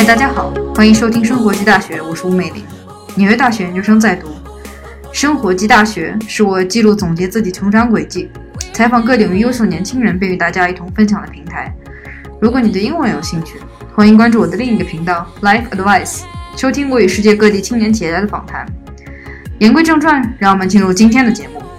嗨，大家好，欢迎收听生活即大学，我是吴美玲，纽约大学研究生在读。生活即大学是我记录总结自己成长轨迹，采访各领域优秀年轻人，并与大家一同分享的平台。如果你对英文有兴趣，欢迎关注我的另一个频道 Life Advice， 收听我与世界各地青年企业家的访谈。言归正传，让我们进入今天的节目。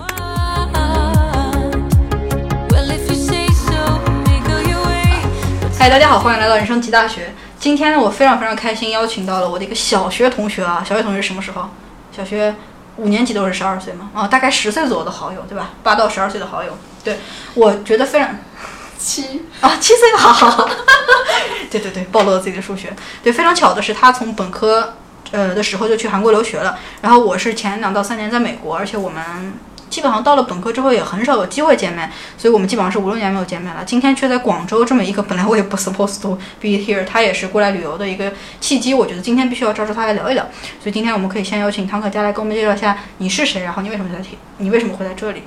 嗨，大家好，欢迎来到人生即大学。今天呢，我非常开心，邀请到了我的一个小学同学啊。小学同学是什么时候？小学5年级都是12岁嘛，大概10岁左右的好友，对吧？8到12岁的好友。对，我觉得非常7岁，好，对，暴露了自己的数学。对，非常巧的是，他从本科的时候就去韩国留学了，然后我是前2到3年在美国，而且我们基本上到了本科之后也很少有机会见面，所以我们基本上是5、6年没有见面了。今天却在广州这么一个本来我也不 supposed to be here， 他也是过来旅游的一个契机，我觉得今天必须要抓住他来聊一聊。所以今天我们可以先有请唐可佳来跟我们介绍一下你是谁，然后你为什么会在这里。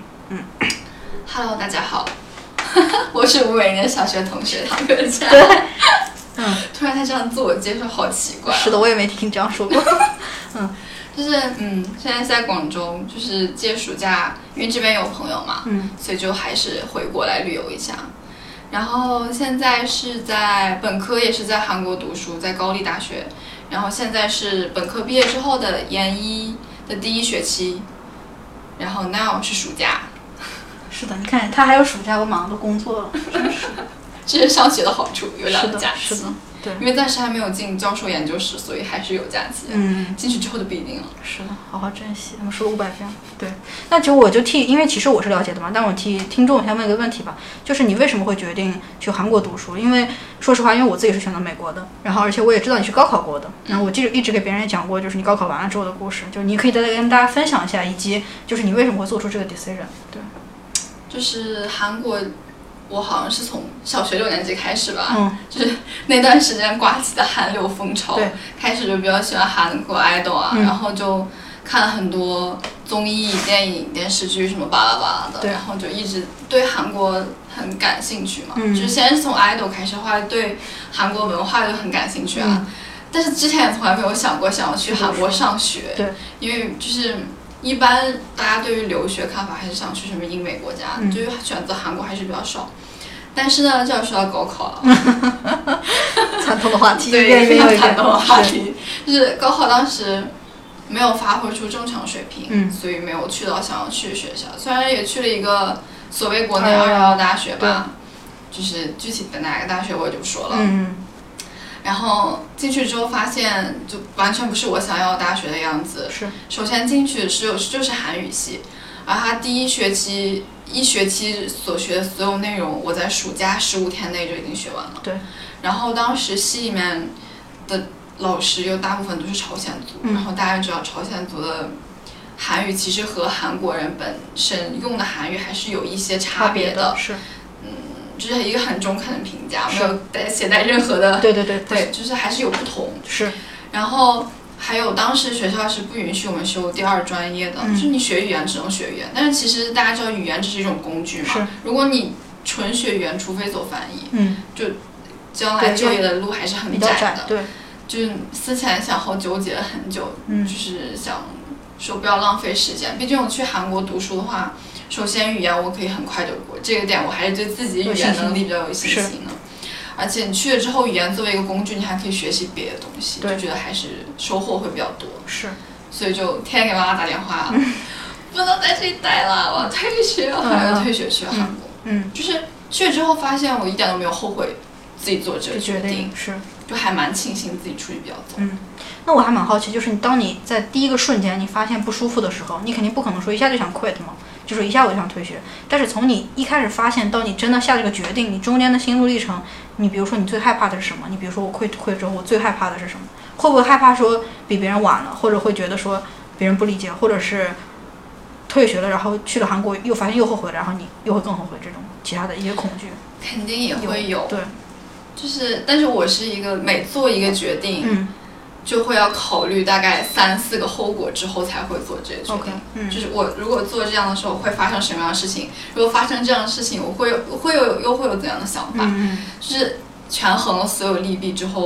Hello， 大家好，我是吴美玲的小学同学唐可佳。 对， 突然他这样自我介绍好奇怪。 是的，我也没听这样说过。 就是现在在广州，就是借暑假，因为这边有朋友嘛，所以就还是回国来旅游一下。然后现在是在本科也是在韩国读书，在高丽大学。然后现在是本科毕业之后的研一的第1学期，然后 now 是暑假。 是的，你看他还有暑假，我马上都工作了，真是。 这是上学的好处，有2个假期。 是的。对， 因为暂时还没有进教授研究室，所以还是有假期。进去之后就不一定了。 是的，好好珍惜。他们说了500遍。对，那就我就因为其实我是了解的嘛，但我替听众先问一个问题吧，就是你为什么会决定去韩国读书？因为说实话，因为我自己是选择美国的，然后而且我也知道你是高考过的，然后我一直给别人也讲过，就是你高考完了之后的故事，就你可以再跟大家分享一下，以及就是你为什么会做出这个 decision。对， 就是韩国。我好像是从小学6年级开始吧，就是那段时间刮起的韩流风潮，开始就比较喜欢韩国 idol 啊，然后就看了很多综艺、电影、电视剧什么巴拉巴拉的，然后就一直对韩国很感兴趣嘛，就是先是从 idol 开始，后来对韩国文化就很感兴趣啊，但是之前也从来没有想过想要去韩国上学，因为就是一般大家对于留学看法还是想去什么英美国家，就是选择韩国还是比较少。但是呢，就要说到高考了， 惨痛的话题， 对，非常惨痛的话题，就是高考当时没有发挥出正常水平，所以没有去到想要去的学校。虽然也去了一个所谓国内211大学吧，就是具体的哪个大学我也就不说了。然后进去之后发现，就完全不是我想要大学的样子。是，首先进去就是韩语系，而他第1学期所学的所有内容，我在暑假15天内就已经学完了。对。然后当时系里面的老师又大部分都是朝鲜族，然后大家知道朝鲜族的韩语其实和韩国人本身用的韩语还是有一些差别的。是。这是一个很中肯的评价，没有携带任何的。对，就是还是有不同。是。然后还有当时学校是不允许我们修第2专业的，就是你学语言只能学语言，但是其实大家知道语言只是一种工具嘛。如果你纯学语言，除非走翻译，就将来就业的路还是很窄的。对。就是思前想后纠结了很久，就是想说不要浪费时间，毕竟我去韩国读书的话。首先语言我可以很快就过，这个点我还是对自己语言能力比较有信心的。而且你去了之后，语言作为一个工具，你还可以学习别的东西，就觉得还是收获会比较多。是，所以就天天给妈妈打电话，不能在这里待了，我要退学，后来又退学去了韩国。就是去了之后发现我一点都没有后悔自己做这个决定，是，就还蛮庆幸自己出去比较早。 那我还蛮好奇，就是当你在第一个瞬间你发现不舒服的时候，你肯定不可能说一下就想 quit 嘛。就是一下我就想退学，但是从你一开始发现到你真的下这个决定，你中间的心路历程，你比如说你最害怕的是什么？你比如说我quit之后，我最害怕的是什么？会不会害怕说比别人晚了，或者会觉得说别人不理解，或者是退学了，然后去了韩国又发现又后悔了，然后你又会更后悔，这种其他的一些恐惧？ 肯定也会有，对，就是，但是我是一个每做一个决定，就会要考虑大概3、4个后果之后才会做这个决定。就是我如果做这样的时候会发生什么样的事情，如果发生这样的事情，又会有怎样的想法？就是权衡了所有利弊之后，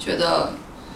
觉得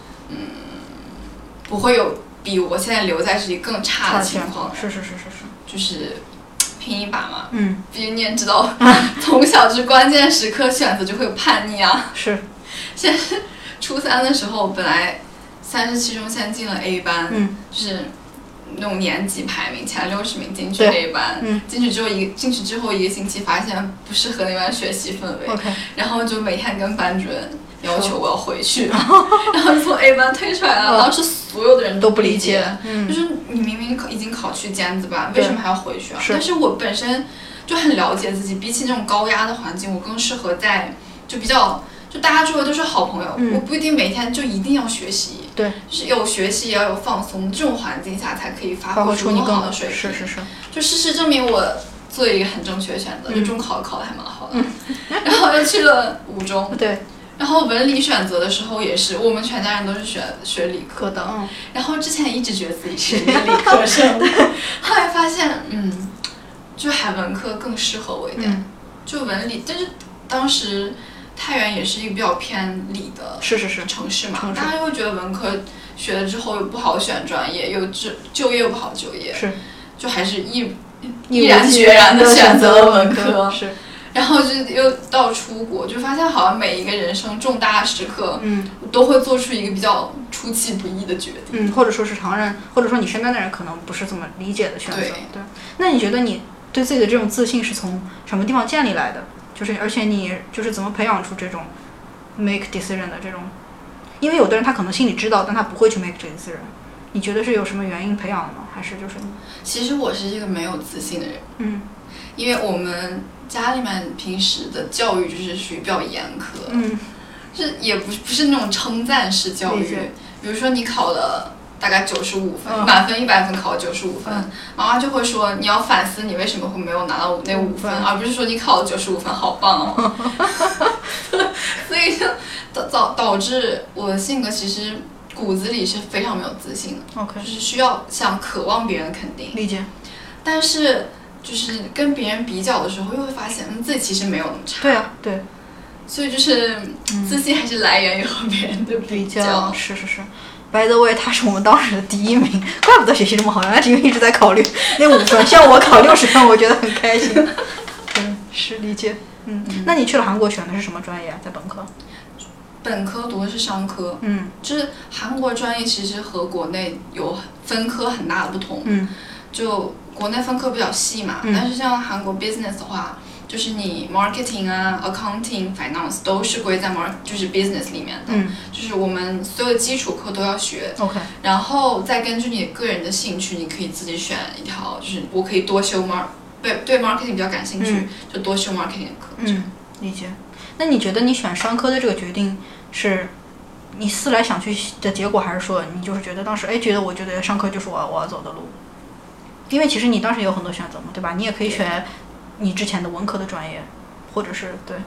不会有比我现在留在这里更差的情况。 是， 就是拼一把嘛。毕竟你也知道，从小就是关键时刻选择就会有叛逆啊。 是。 现在是初3的时候，本来37中先进了 A 班，就是那种年级排名前60名进去 A 班，进去之后一个星期发现不适合那边学习氛围，然后就每天跟班主任要求我要回去，然后就从 A 班退出来了。当时所有的人都不理解，就是你明明已经考去尖子班，为什么还要回去啊？但是我本身就很了解自己，比起那种高压的环境，我更适合在就比较。就大家周围都是好朋友，我不一定每天就一定要学习， 对， 就是有学习也要有放松，这种环境下才可以发挥出更好的水平。 是。 就事实证明我做了一个很正确的选择，就中考考得还蛮好的，然后又去了五中， 对。 然后文理选择的时候也是，我们全家人都是学理科的，然后之前一直觉得自己是一个理科生，后来发现，就还文科更适合我一点，就文理，但是当时。太原也是一个比较偏理的城市嘛，大家就会觉得文科学了之后又不好选专业，又就业又不好就业，就还是毅然决然的选择了文科，然后就又到出国，就发现好像每一个人生重大的时刻，我都会做出一个比较出其不意的决定， 或者说是常人，或者说你身边的人可能不是这么理解的选择，对。那你觉得你对自己的这种自信是从什么地方建立来的？就是而且你就是怎么培养出这种 make decision 的这种，因为有的人他可能心里知道，但他不会去 make decision。你觉得是有什么原因培养的吗？还是就是？ 其实我是一个没有自信的人，因为我们家里面平时的教育就是属于比较严苛，是也不是那种称赞式教育，比如说你考的。大概95分，满分100分考95分，妈妈就会说你要反思你为什么会没有拿到那5分，而不是说你考了95分好棒哦。所以就导致我的性格其实骨子里是非常没有自信的，就是需要渴望别人的肯定， 理解。 但是就是跟别人比较的时候，又会发现自己其实没有那么差。 对啊，对。 所以就是自信还是来源于和别人的比较。 是。By the way， 他是我们当时的第1名，怪不得学习这么好，原来是因为一直在考虑那5分，像我考60分，我觉得很开心。是理解。那你去了韩国选的是什么专业啊？在本科？ 本科读的是商科。就是韩国专业其实和国内有分科很大的不同。就国内分科比较细嘛，但是像韩国 business 的话。就是你 marketing 啊 accounting finance 都是归在就是 business 里面的，就是我们所有的基础课都要学，然后再根据你个人的兴趣，你可以自己选一条，就是我可以多修对 marketing 比较感兴趣，就多修 marketing 的课。 理解。那你觉得你选商科的这个决定是你思来想去的结果，还是说你就是觉得当时我觉得商科就是我要走的路？因为其实你当时也有很多选择嘛，对吧？你也可以选你之前的文科的专业，或者是对，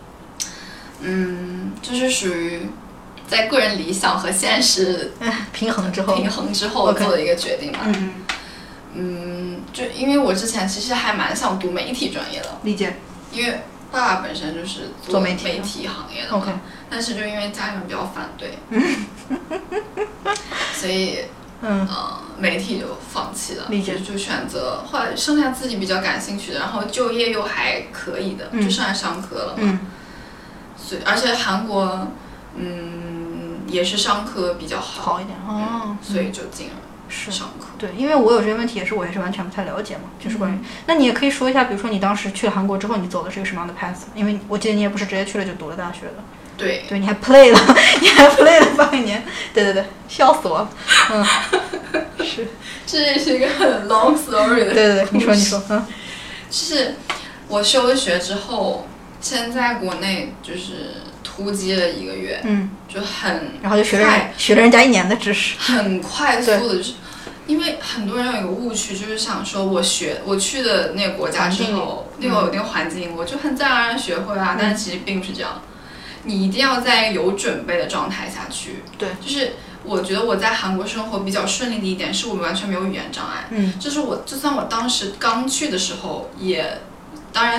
就是属于在个人理想和现实平衡之后做的一个决定吧。就因为我之前其实还蛮想读媒体专业的， 理解， 因为爸爸本身就是做媒体行业的嘛，但是就因为家里面比较反对，所以。媒体就放弃了，就选择后来剩下自己比较感兴趣的，然后就业又还可以的，就剩下商科了嘛。所以而且韩国，也是商科比较好一点所以就进了商科。 对，因为我有这个问题我也是完全不太了解嘛，就是关于。那你也可以说一下，比如说你当时去了韩国之后，你走的是一个什么样的 path？ 因为我记得你也不是直接去了就读了大学的。 对， 你还 play 了半年，对，笑死我了。是， 这也是一个很 long story 的。 对，你说， 就是我休了学之后，先在国内就是突击了1个月，就然后就学了人家1年的知识， 很快速的，就是因为很多人有一个误区，就是想说我去的那个国家之后，那个环境，我就很自然而然学会啊，但是其实并不是这样。你一定要在有准备的状态下去。 对， 就是我觉得我在韩国生活比较顺利的一点是我们完全没有语言障碍。就是就算我当时刚去的时候，也当然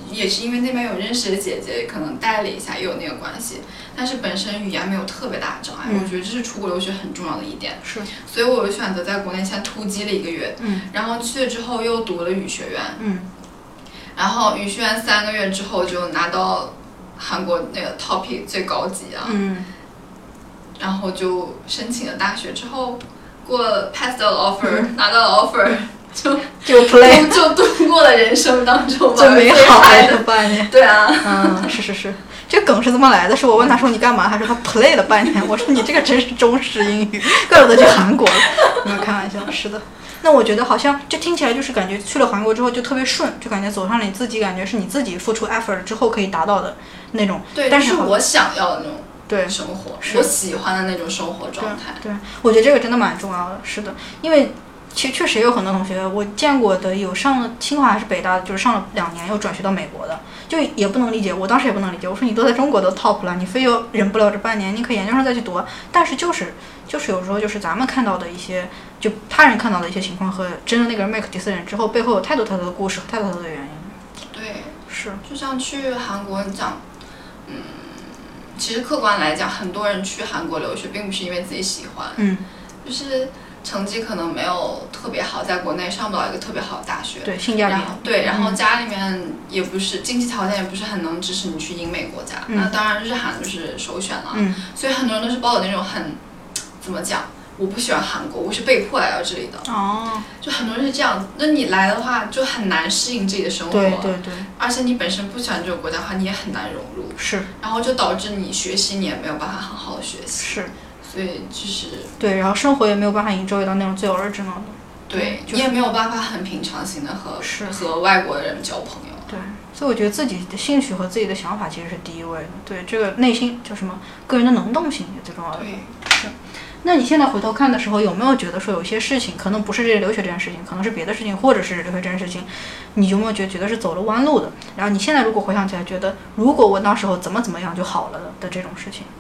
也是因为那边有认识的姐姐，可能带了一下，也有那个关系。但是本身语言没有特别大的障碍，我觉得这是出国留学很重要的一点。 是， 所以我就选择在国内先突击了1个月，然后去了之后又读了语学院，然后语学院3个月之后就拿到韩国那个 TOPIK 最高级啊，然后就申请了大学之后，过了 pass 到了 offer，拿到了 offer。就 play 就度过了人生当中最美好的半年。 对啊， 是，这个梗是怎么来的？是我问他说你干嘛，他说他 play 了半年。我说你这个真是中式英语，怪不得去韩国了。没有开玩笑，是的。那我觉得好像就听起来就是感觉去了韩国之后就特别顺，就感觉走上了你自己感觉是你自己付出 effort 之后可以达到的那种。 对， 但是我想要的那种。 对， 生活，我喜欢的那种生活状态。 对，我觉得这个真的蛮重要的。是的，因为确实也有很多同学我见过的，有上了清华还是北大的，就是上了2年又转学到美国的，就也不能理解。我当时也不能理解，我说你都在中国都 top 了，你非要忍不了这半年，你可以研究生再去读。但是就是有时候就是咱们看到的一些，就他人看到的一些情况和真的那个人 make decision 之后，背后有太多的故事和太多的原因。 对， 是。 就像去韩国讲，其实客观来讲，很多人去韩国留学并不是因为自己喜欢，就是成绩可能没有特别好，在国内上不了一个特别好的大学， 对，性价比， 对，然后家里面也不是经济条件也不是很能支持你去英美国家，那当然日韩就是首选了，所以很多人都是抱着那种很怎么讲，我不喜欢韩国，我是被迫来到这里的。就很多人是这样，那你来的话就很难适应自己的生活。 对。 而且你本身不喜欢这个国家的话，你也很难融入。 是。然后就导致你学习你也没有办法很好的学习。 是。 所以就是对，然后生活也没有办法enjoy到那种最original的。 对，你也没有办法很平常心的和外国人交朋友。 对，所以我觉得自己的兴趣和自己的想法其实是第一位的。对，这个内心叫什么？个人的能动性也最重要的。 对。 是。那你现在回头看的时候，有没有觉得说有些事情可能不是这留学这件事情，可能是别的事情，或者是留学这件事情，你有没有觉得是走了弯路的？然后你现在如果回想起来，觉得如果我那时候怎么样就好了的这种事情？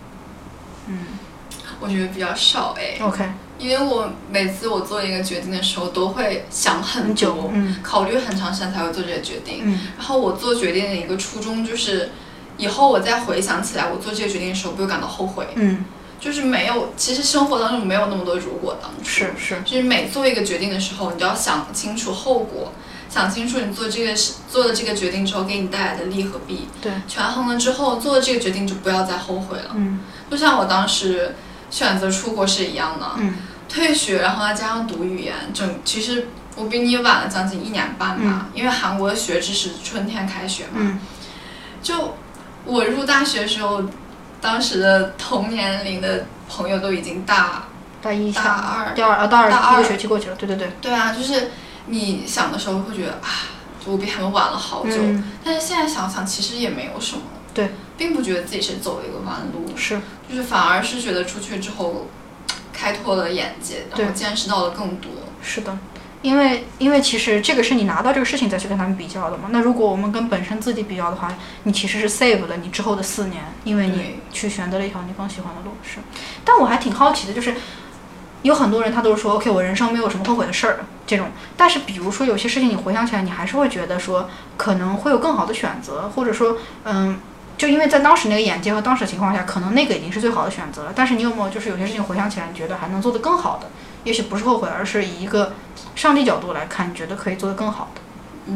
我觉得比较少 OK。 因为我每次我做一个决定的时候，都会想很久，考虑很长时间才会做这个决定。然后我做决定的一个初衷就是，以后我再回想起来，我做这个决定的时候不会感到后悔。就是没有，其实生活当中没有那么多如果当初。 是。 就是每做一个决定的时候，你都要想清楚后果，想清楚你做的这个决定之后给你带来的利和弊。 对。 权衡了之后，做了这个决定就不要再后悔了。就像我当时选择出国是一样的。退学，然后再加上读语言，其实我比你晚了将近1年半吧。因为韩国的学制是春天开学嘛。就我入大学的时候。当时的同年龄的朋友都已经大一、大二一个学期过去了，对。 对啊，就是你想的时候会觉得就我比他们晚了好久，但是现在想想其实也没有什么， 对， 并不觉得自己是走了一个弯路， 是， 就是反而是觉得出去之后开拓了眼界，然后见识到了更多。 是的。因为其实这个是你拿到这个事情再去跟他们比较的嘛。那如果我们跟本身自己比较的话，你其实是 save 了你之后的4年，因为你去选择了一条你更喜欢的路。是。但我还挺好奇的，就是有很多人他都是说 OK 我人生没有什么后悔的事儿这种，但是比如说有些事情你回想起来，你还是会觉得说可能会有更好的选择，或者说就因为在当时那个眼界和当时的情况下，可能那个已经是最好的选择了。但是你有没有就是有些事情回想起来，你觉得还能做得更好的？也许不是后悔，而是以一个上帝角度来看，你觉得可以做得更好的。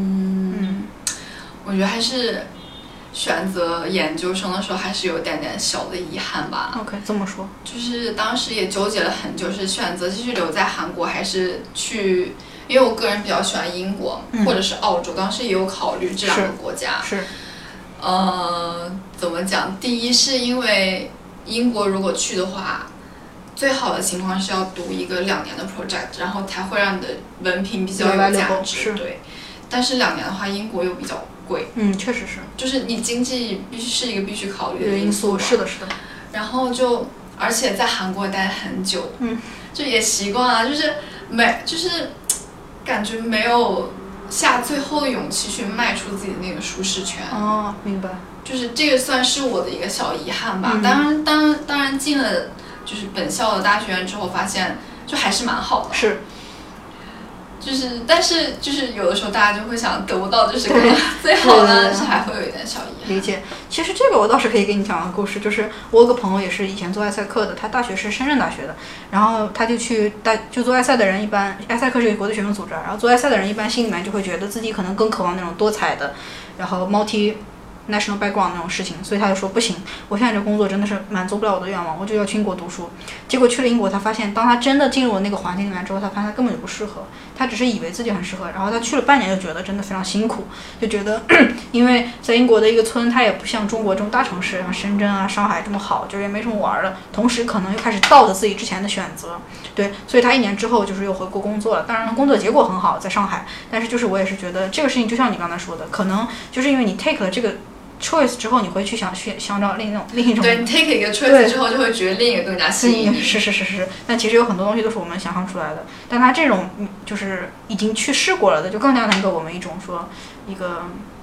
我觉得还是选择研究生的时候还是有点点小的遗憾吧。 OK， 这么说。 就是当时也纠结了很久，是选择继续留在韩国，还是去，因为我个人比较喜欢英国、或者是澳洲，当时也有考虑这2个国家。 是。 怎么讲？第一是因为英国如果去的话，最好的情况是要读一个2年的 project， 然后才会让你的文凭比较有价值。对。但是2年的话，英国又比较贵。 确实是。 就是你经济是一个必须考虑的因素。 是的。 然后而且在韩国待很久，就也习惯了，就是感觉没有下最后的勇气去迈出自己的那个舒适圈。 明白。 就是这个算是我的一个小遗憾吧。当然进了就是本校的大学院之后，发现就还是蛮好的。 是。 但是有的时候大家就会想得不到就是更最好的，但是还会有一点小遗憾。 理解。其实这个我倒是可以给你讲个故事，就是我有个朋友也是以前做埃塞克的，他大学是深圳大学的，然后他就做埃塞的人一般，埃塞克是一个国际学生组织，然后做埃塞的人一般心里面就会觉得自己可能更渴望那种多彩的，然后 multi。national background 那种事情，所以他就说不行，我现在这工作真的是满足不了我的愿望，我就要去英国读书。结果去了英国，他发现当他真的进入了那个环境里面之后，他发现他根本就不适合，他只是以为自己很适合，然后他去了半年就觉得真的非常辛苦，就觉得因为在英国的一个村，它也不像中国这种大城市，像深圳啊、上海这么好，就是也没什么玩的，同时可能又开始倒着自己之前的选择，对，所以他1年之后就是又回国工作了。当然工作结果很好，在上海，但是就是我也是觉得这个事情就像你刚才说的，可能就是因为你 take 了这个choice 之后，你会去想找另一种。 对，你 take 一个 choice 之后，就会觉得另一个更加吸引你。 是。但其实有很多东西都是我们想象出来的，但他这种就是已经去试过了的，就更加能给我们一种说一个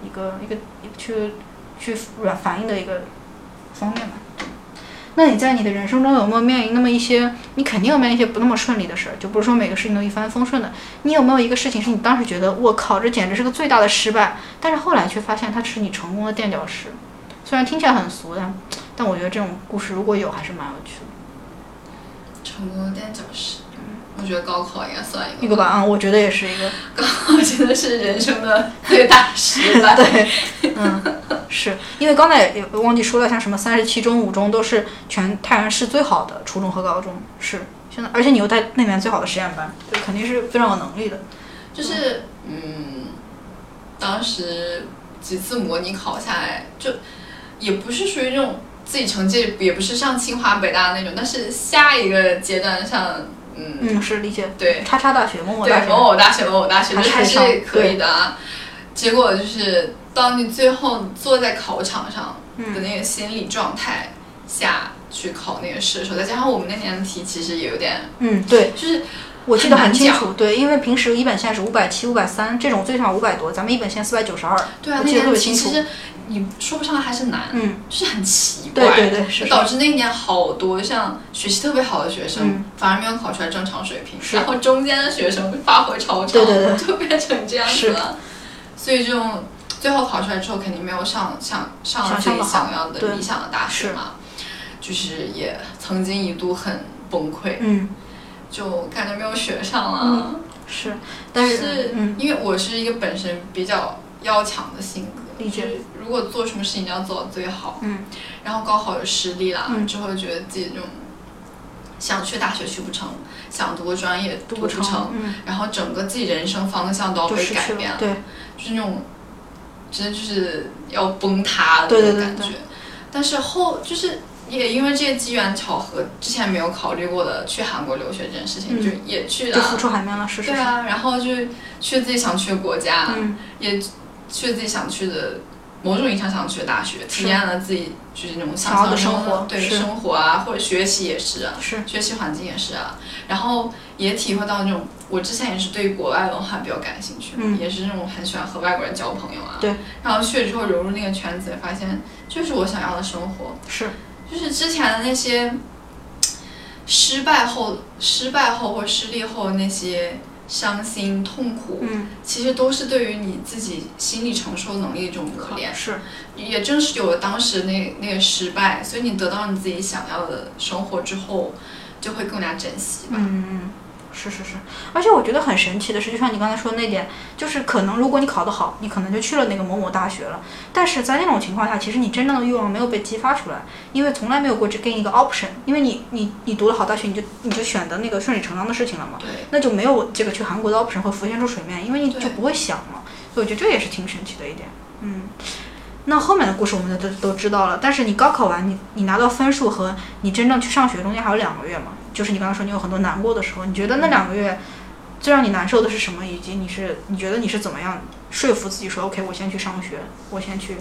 去反映的一个方面吧。那你在你的人生中有没有面临那么一些，你肯定有面临一些不那么顺利的事儿，就不是说每个事情都一帆风顺的。你有没有一个事情是你当时觉得我靠，这简直是个最大的失败，但是后来却发现它是你成功的垫脚石？虽然听起来很俗，但我觉得这种故事如果有，还是蛮有趣的。 成功的垫脚石，我觉得高考应该算一个吧，我觉得也是一个。 高考真的是人生的最大失败。 对，是因为刚才也忘记说了，像什么37中、5中都是全太原市最好的初中和高中，是现在，而且你又在那边最好的实验班，就肯定是非常有能力的。 就是当时几次模拟考下来，就也不是属于这种自己成绩也不是上清华北大的那种，但是下一个阶段上。 是理解。 对， 叉叉大学、某某大学、 某某大学，还是可以的啊。结果就是当你最后坐在考场上的那个心理状态下去考那个试的时候，再加上我们那年的题其实也有点， 对， 就是我记得很清楚，对，因为平时一本线是570、530，这种最少500多，咱们一本线492， 对啊， 我记得特别清楚。 其实你说不上来还是难，就是很奇怪， 对，是导致那一年好多像学习特别好的学生，反而没有考出来正常水平，然后中间的学生发挥超常， 对， 就变成这样子了。所以这种最后考出来之后，肯定没有上了自己想要的理想的大学嘛，就是也曾经一度很崩溃，就感觉没有学上了。 是，但是因为我是一个本身比较要强的性格。 理解， 如果做什么事情要做到最好，然后高考有失利了，之后觉得自己这种想去大学去不成，想读个专业读不成，然后整个自己人生方向都要被改变了， 对， 就是那种真的就是要崩塌的那种感觉。但是就是也因为这些机缘巧合，之前没有考虑过的去韩国留学这件事情，就也去了， 就浮出海面了，是。 对啊，然后就去自己想去的国家，也去自己想去的某种意义上想去的大学，体验了自己就是那种想象的生活， 对生活啊，或者学习也是啊，学习环境也是啊，然后也体会到那种我之前也是对国外文化比较感兴趣，也是那种很喜欢和外国人交朋友啊， 对， 然后去了之后融入那个圈子，发现就是我想要的生活，就是之前的那些失败后或失利后那些伤心痛苦，其实都是对于你自己心理承受能力的一种磨练。 是， 也正是有了当时那个失败，所以你得到你自己想要的生活之后，就会更加珍惜吧。 是，而且我觉得很神奇的是，就像你刚才说的那点，就是可能如果你考得好，你可能就去了那个某某大学了。但是在那种情况下，其实你真正的欲望没有被激发出来，因为从来没有过这给你一个 option， 因为你读了好大学，你就选择那个顺理成章的事情了嘛。 对。 那就没有这个去韩国的 option 会浮现出水面，因为你就不会想嘛。所以我觉得这也是挺神奇的一点。那后面的故事我们都知道了，但是你高考完，你拿到分数和你真正去上学中间还有2个月嘛？就是你刚才说你有很多难过的时候，你觉得那2个月最让你难受的是什么？以及你觉得你是怎么样说服自己说 OK， 我先去上学，我先去。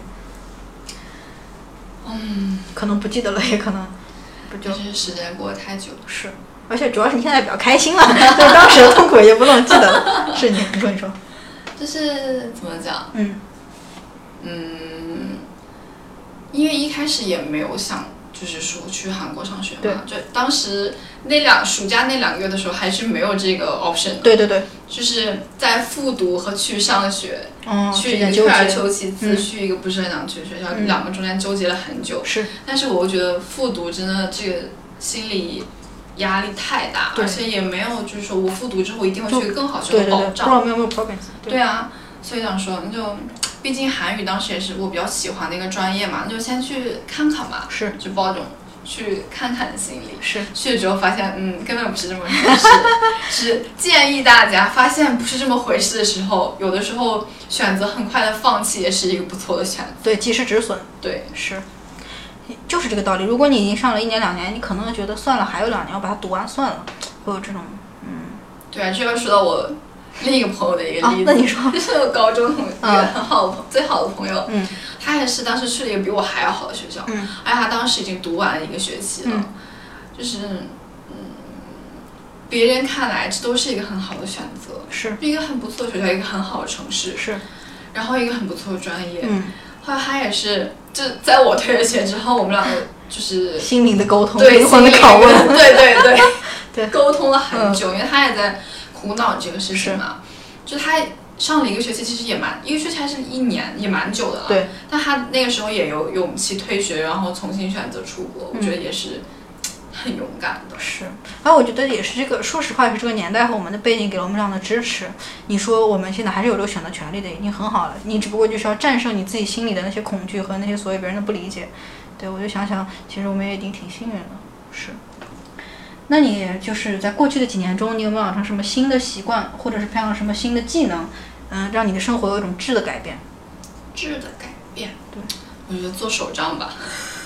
可能不记得了，也可能不就。 是时间过得太久了。 是，而且主要是你现在比较开心了，对当时的痛苦也不能记得了。是你说。 就是怎么讲？因为一开始也没有想就是说去韩国上学嘛，就当时暑假那2个月的时候还是没有这个 option 的。 对对对， 就是在复读和去上学，去一个退而求其次，去一个不是很想去的学校，2个中间纠结了很久。 是， 但是我觉得复读真的这个心理压力太大，而且也没有就是说我复读之后一定会去一个更好学校保障。 没有 progress。 对啊，所以想说那就。毕竟韩语当时也是我比较喜欢的一个专业嘛，那就先去看看吧， 是， 就抱这种去看看的心理。 是， 去了之后发现，根本不是这么回事。是建议大家发现不是这么回事的时候，有的时候选择很快的放弃也是一个不错的选择。 对，及时止损。 对， 是，就是这个道理。如果你已经上了1年2年，你可能觉得算了，还有2年，我把它读完算了，会有这种对啊，这要说到我。另一个朋友的一个例子， 那你说， 就是我高中一个很好的最好的朋友，他也是当时去了一个比我还要好的学校，而且他当时已经读完了1个学期了，就是别人看来这都是一个很好的选择， 是一个很不错的学校，一个很好的城市， 是， 然后一个很不错的专业，后来他也是，就在我退了学之后，我们两个就是心灵的沟通， 对， 灵魂的拷问， 对，沟通了很久，因为他也在。苦恼这个事情嘛，就他上了1个学期，其实也1个学期还是1年，也蛮久的了。 对。 但他那个时候也有勇气退学，然后重新选择出国，我觉得也是很勇敢的。 是，然后我觉得也是这个，说实话，是这个年代和我们的背景给了我们这样的支持。你说我们现在还是有这个选择权利的，已经很好了。你只不过就是要战胜你自己心里的那些恐惧和那些所谓别人的不理解。对，我就想想，其实我们也已经挺幸运的。是。那你就是在过去的几年中，你有没有养成什么新的习惯，或者是培养什么新的技能，让你的生活有一种质的改变？ 质的改变， 对， 我觉得做手账吧。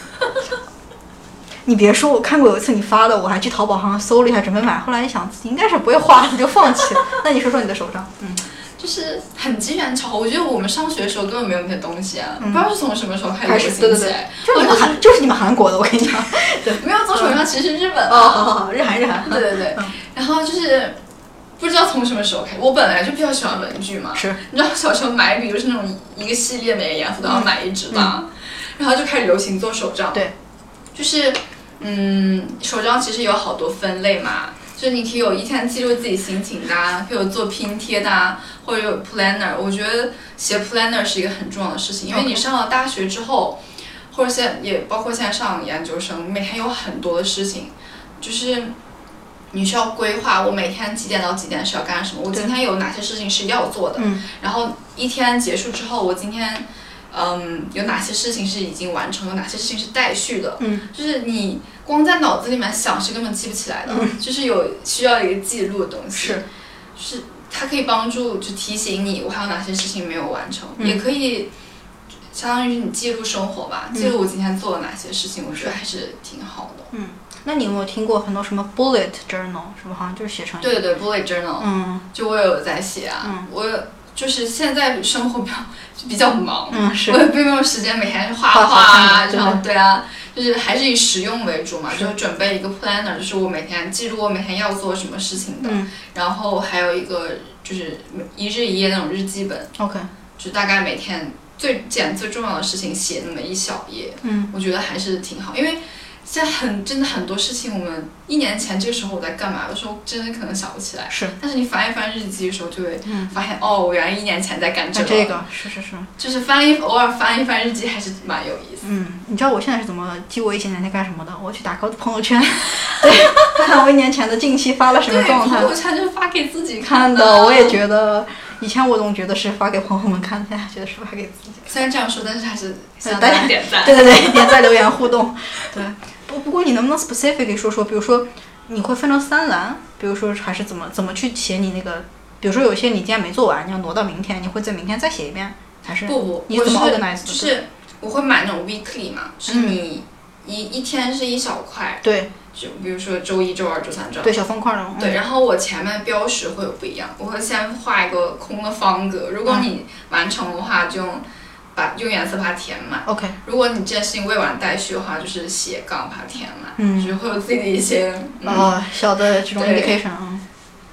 你别说，我看过有一次你发的，我还去淘宝上搜了一下，准备买，后来一想自己应该是不会画，就放弃了。那你说说你的手账？ 就是很机缘巧合，我觉得我们上学的时候根本没有那些东西啊，不知道是从什么时候开始流行起来。 就是你们韩国的，我跟你讲，对， 没有做手账，其实是日本。 好，日韩。 对。然后就是不知道从什么时候开始，我本来就比较喜欢文具嘛， 是， 你知道小时候买笔都是那种一个系列，每个颜色都要买1支嘛，然后就开始流行做手账。 对， 就是手账其实有好多分类嘛。就是你可以有一天记录自己心情的，可以有做拼贴的，或者有 planner。我觉得写 planner 是一个很重要的事情，因为你上了大学之后，或者也包括现在上研究生，每天有很多的事情，就是你需要规划我每天几点到几点是要干什么，我今天有哪些事情是要做的，然后一天结束之后，我今天有哪些事情是已经完成，有哪些事情是待续的，就是你光在脑子里面想是根本记不起来的，就是需要一个记录的东西，就是它可以帮助就提醒你我还有哪些事情没有完成，也可以相当于你记录生活吧，记录我今天做了哪些事情，我觉得还是挺好的。 那你有没有听过很多什么 bullet journal， 是不好像就是写成对 bullet journal，就我也有在写啊，我就是现在生活比较忙，我也并没有时间每天画啊，这样对啊，就是还是以实用为主嘛，就准备一个 planner， 就是我每天记录我每天要做什么事情的，然后还有一个就是1日1夜那种日记本 ，OK， 就大概每天最重要的事情写那么1小页，我觉得还是挺好，因为现在真的很多事情，我们1年前这个时候我在干嘛？有时候真的可能想不起来。 是。 但是你翻一翻日记的时候，就会发现，我原来1年前在干这个。 这个是。 就是偶尔翻一翻日记，还是蛮有意思。 你知道我现在是怎么记我以前在干什么的？我去打开朋友圈，对，看看我1年前的近期发了什么状态。 朋友圈就是发给自己看的。我也觉得，以前我总觉得是发给朋友们看，现在觉得是发给自己。 虽然这样说，但是还是向大家点赞。 对，点赞、留言、互动，对。不过你能不能 specifically 说说，比如说你会分成3栏，比如说还是怎么去写你那个，比如说有些你今天没做完，你要挪到明天，你会在明天再写一遍，还是不？ 你怎么 organize 的？ 就是我会买那种 weekly 嘛，就是你一天是1小块， 对， 就比如说周1、周2、周3、周4， 对，小方块那种。 对，然后我前面标识会有不一样，我会先画一个空的方格，如果你完成的话就用颜色把它填满。 OK。 如果你这件事情未完待续的话，就是斜杠把它填满。就是会有自己的一些小的这种 indication。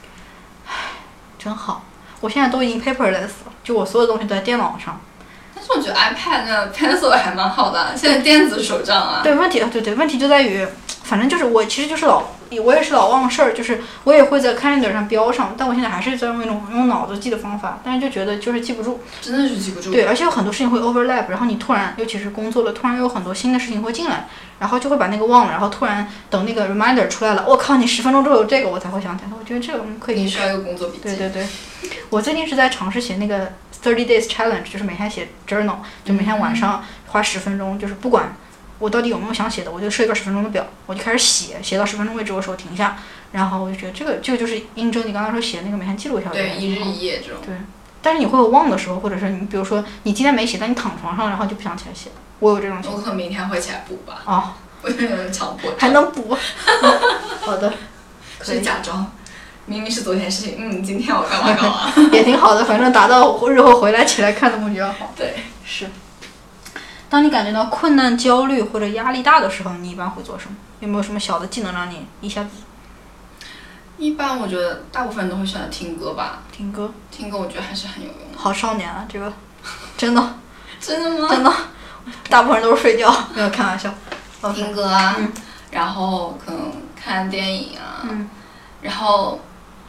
真好。我现在都已经 paperless 了，就我所有东西都在电脑上。 但是我我觉得 iPad 那 Pencil 还蛮好的，现在电子手账啊。 对，问题就在于，反正就是我其实就是我也是老忘事儿，就是我也会在 calendar 上标上，但我现在还是在用用脑子记的方法，但是就觉得就是记不住， 真的是记不住。 对，而且有很多事情会 overlap， 然后你突然，尤其是工作了，突然有很多新的事情会进来，然后就会把那个忘了，然后突然等那个 reminder 出来了，我靠，你10分钟之后有这个我才会想起来。我觉得这个可以。 你需要一个工作笔记。 对，我最近是在尝试写那个30 days challenge， 就是每天写 journal， 就每天晚上花10分钟，就是不管我到底有没有想写的，我就设一个10分钟的表，我就开始写到10分钟为止，我手停下，然后我就觉得这个就是印证你刚刚说写那个每天记录一下。 对，一日一夜这种。 对，但是你会有忘的时候，或者是你比如说你今天没写，但你躺床上然后就不想起来写，我有这种情况。 我可能明天会起来补吧。 哦， 我有点强迫症。 还能补？好的，可以是假装。明明是昨天事情，今天我干嘛也挺好的，反正达到日后回来起来看的目标好。 对， 是。当你感觉到困难、焦虑或者压力大的时候，你一般会做什么？有没有什么小的技能让你一下子？ 一般我觉得大部分人都会选择听歌吧。 听歌， 我觉得还是很有用的。 好少年啊，这个真的。 真的吗？ 真的，大部分人都是睡觉，没有开玩笑。 听歌啊，然后可能看电影啊，然后。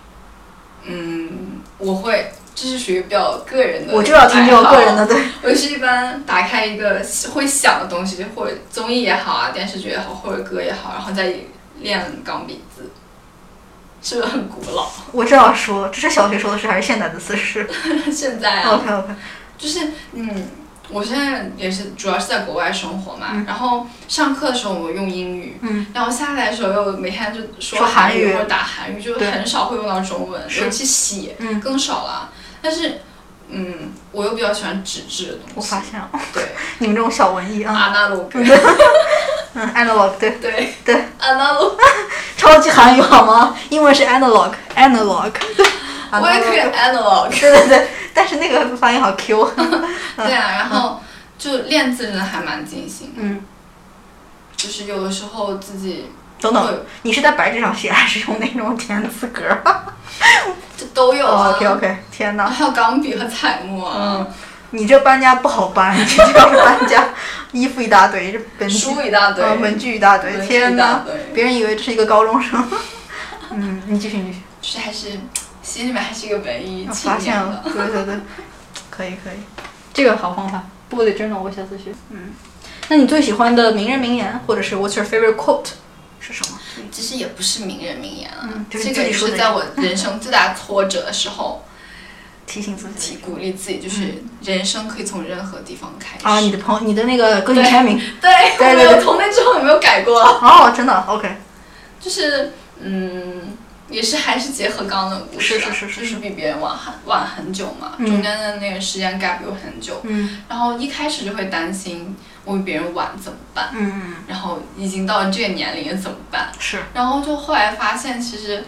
我会，这是属于比较个人的。 我就要听这种个人的，对。 我是一般打开一个会响的东西，或者综艺也好啊，电视剧也好，或者歌也好，然后再练钢笔字，是不是很古老？ 我这样说，这是小学说的事还是现在的姿势？ 现在啊。 OK， 就是我现在也是主要是在国外生活嘛，然后上课的时候我用英语，然后下来的时候又每天就说韩语或者打韩语，就很少会用到中文，尤其写更少了。但是我又比较喜欢纸质的东西。 我发现了， 对， 你们这种小文艺啊。 analog。 analog， 对。 analog。 超级韩语好吗？英文是 analog。 我也可以 analog。 对，但是那个发音好 Q。 对啊，然后就练字真的还蛮尽兴。就是有的时候自己。 等，你是在白纸上写还是用那种填字格？ 这都有啊。 OK， 天哪！ 还有钢笔和彩墨啊。 你这搬家不好搬，你这要是搬家，衣服一大堆， 书一大堆， 文具一大堆，天哪！别人以为这是一个高中生。你继续。 就是还是心里面还是一个文艺青年的。 发现了，对，可以，这个好方法，不过得真的我下次学。那你最喜欢的名人名言，或者是 What's your favorite quote 是什么？ 其实也不是名人名言啊， 这个就是在我人生最大挫折的时候。 提醒自己， 鼓励自己，就是人生可以从任何地方开始。 啊，你的那个歌曲签名， 对，我有从那之后有没有改过？ 哦，真的 ，OK。 就是也是还是结合刚刚的故事，就是比别人晚很久嘛，中间的那个时间 gap 有很久，然后一开始就会担心我比别人晚怎么办，然后已经到了这个年龄怎么办？ 是， 然后就后来发现其实，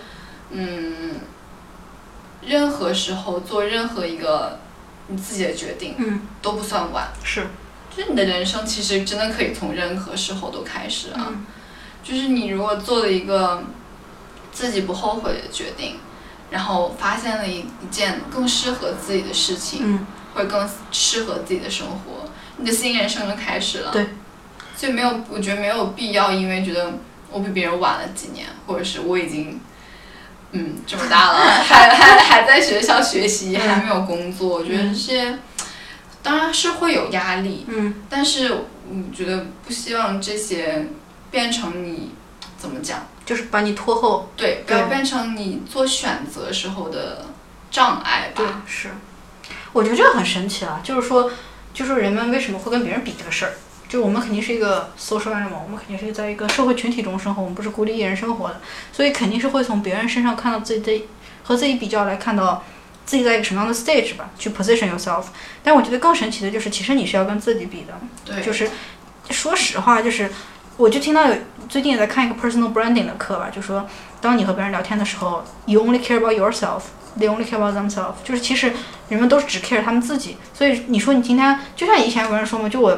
任何时候做任何一个你自己的决定，都不算晚。 是， 就是你的人生其实真的可以从任何时候都开始啊。就是你如果做了一个自己不后悔的决定，然后发现了一件更适合自己的事情，或者更适合自己的生活，你的新人生就开始了。 对， 所以我觉得没有必要因为觉得我比别人晚了几年，或者是我已经这么大了，还在学校学习，还没有工作，我觉得这些当然是会有压力，但是我觉得不希望这些变成你怎么讲， 就是把你拖后， 对，不要变成你做选择时候的障碍吧。 对，是，我觉得这个很神奇啊，就是人们为什么会跟别人比这个事儿？就我们肯定是一个 social animal， 我们肯定是在一个社会群体中生活，我们不是孤立一人生活的，所以肯定是会从别人身上看到自己和自己比较来看到自己在一个什么样的 stage 吧，去 position yourself。但我觉得更神奇的就是，其实你是要跟自己比的。 对， 就是说实话，就是我就听到最近也在看一个 personal branding 的课吧，就说当你和别人聊天的时候 ，you only care about yourself。They only care about themselves， 就是其实人们都是只 care 他们自己，所以你说你今天就像以前有人说嘛，就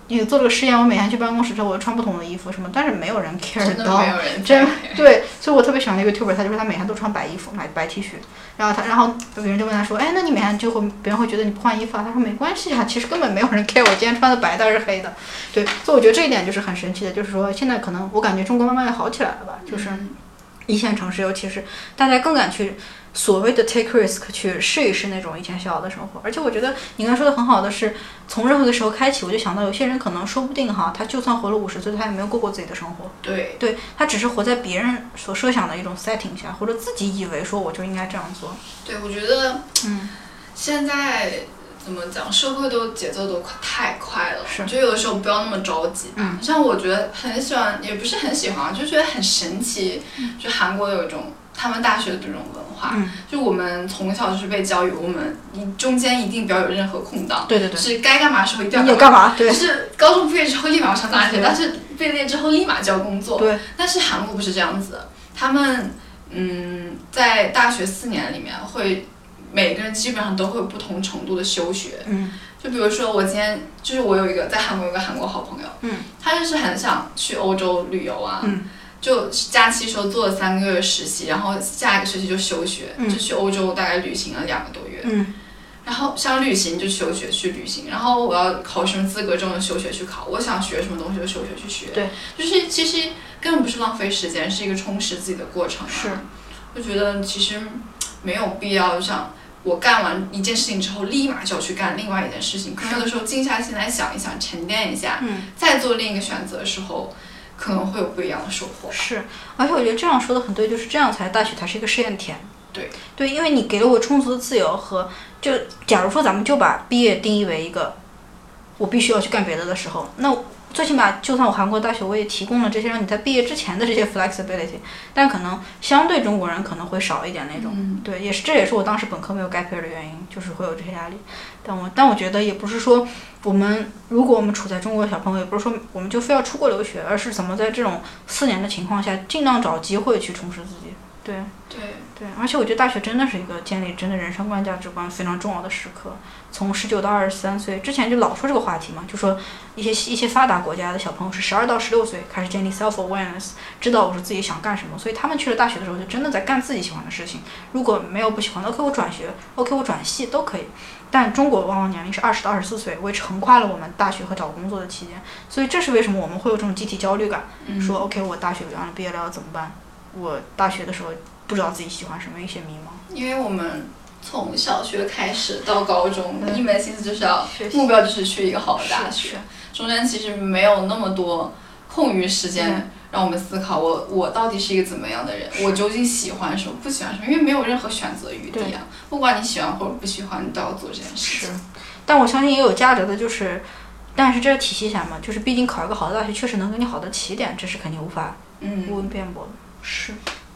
也做了个实验，我每天去办公室之后，我穿不同的衣服什么，但是没有人 care 到， 真的没有人真对，所以我特别喜欢那个 YouTuber， 他就是他每天都穿白衣服，买白 T 恤，然后别人就问他说，哎，那你每天别人会觉得你不换衣服啊？他说没关系啊，其实根本没有人 care 我今天穿的白的还是黑的，对，所以我觉得这一点就是很神奇的，就是说现在可能我感觉中国慢慢也好起来了吧，就是一线城市尤其是大家更敢去。所谓的 take risk 去试一试那种以前小的生活，而且我觉得你刚才说的很好的是，从任何的时候开启，我就想到有些人可能说不定哈，他就算活了50岁，他也没有过自己的生活。 对， 他只是活在别人所设想的一种 setting 下，或者自己以为说我就应该这样做。 对，我觉得，现在怎么讲，社会都节奏都太快了，就有的时候不要那么着急吧。像我觉得很喜欢，也不是很喜欢，就觉得很神奇，就韩国有一种。他们大学的这种文化，就我们从小就是被教育，我们中间一定不要有任何空档， 对， 是该干嘛的时候一定要干嘛，对， 就是高中毕业之后立马要上大学，但是毕业之后立马就要工作， 对。 但是韩国不是这样子，他们在大学4年里面会每个人基本上都会有不同程度的休学，就比如说我今天就是我有一个在韩国有个韩国好朋友，他就是很想去欧洲旅游啊。就假期时候做了3个月实习，然后下一个学期就休学，就去欧洲大概旅行了2个多月。然后想旅行就休学去旅行，然后我要考什么资格证就休学去考，我想学什么东西就休学去学。 对， 就是其实根本不是浪费时间，是一个充实自己的过程。 是， 我觉得其实没有必要像我干完一件事情之后立马就要去干另外一件事情，可能有的时候静下心来想一想，沉淀一下，再做另一个选择的时候。可能会有不一样的收获。 是，而且我觉得这样说的很对，就是这样大学才是一个试验田。 对， 因为你给了我充足的自由和，就假如说咱们就把毕业定义为一个，我必须要去干别的的时候，那最起码就算我韩国大学我也提供了这些让你在毕业之前的这些 flexibility， 但可能相对中国人可能会少一点那种。对，这也是我当时本科没有 gap year 的原因，就是会有这些压力。但我觉得也不是说如果我们处在中国的小朋友，也不是说我们就非要出国留学，而是怎么在这种4年的情况下，尽量找机会去充实自己。对，而且我觉得大学真的是一个建立真的人生观、价值观非常重要的时刻。从19到23岁之前就老说这个话题嘛，就说一些发达国家的小朋友是12到16岁开始建立 self awareness， 知道我是自己想干什么，所以他们去了大学的时候就真的在干自己喜欢的事情。如果没有不喜欢的 ，OK 我转学 ，OK 我转系都可以。但中国往往年龄是20到24岁，为横跨了我们大学和找工作的期间，所以这是为什么我们会有这种集体焦虑感，说 OK 我大学完了毕业了要怎么办？我大学的时候不知道自己喜欢什么，一些迷茫。 因为我们从小学开始到高中，一门心思就是要目标就是去一个好的大学，中间其实没有那么多空余时间让我们思考我到底是一个怎么样的人，我究竟喜欢什么不喜欢什么，因为没有任何选择余地啊，不管你喜欢或者不喜欢你都要做这件事情。 但我相信也有价值的就是，但是这个体系下嘛，就是毕竟考一个好的大学确实能给你好的起点，这是肯定无法辩驳的。是，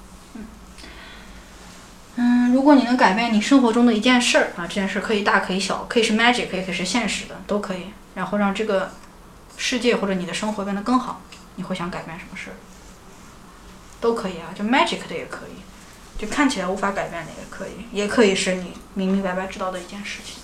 如果你能改变你生活中的一件事儿啊，这件事可以大可以小，可以是 magic， 可以是现实的，都可以，然后让这个世界或者你的生活变得更好，你会想改变什么事儿？都可以啊，就 magic 的也可以，就看起来无法改变的也可以，也可以是你明明白白知道的一件事情。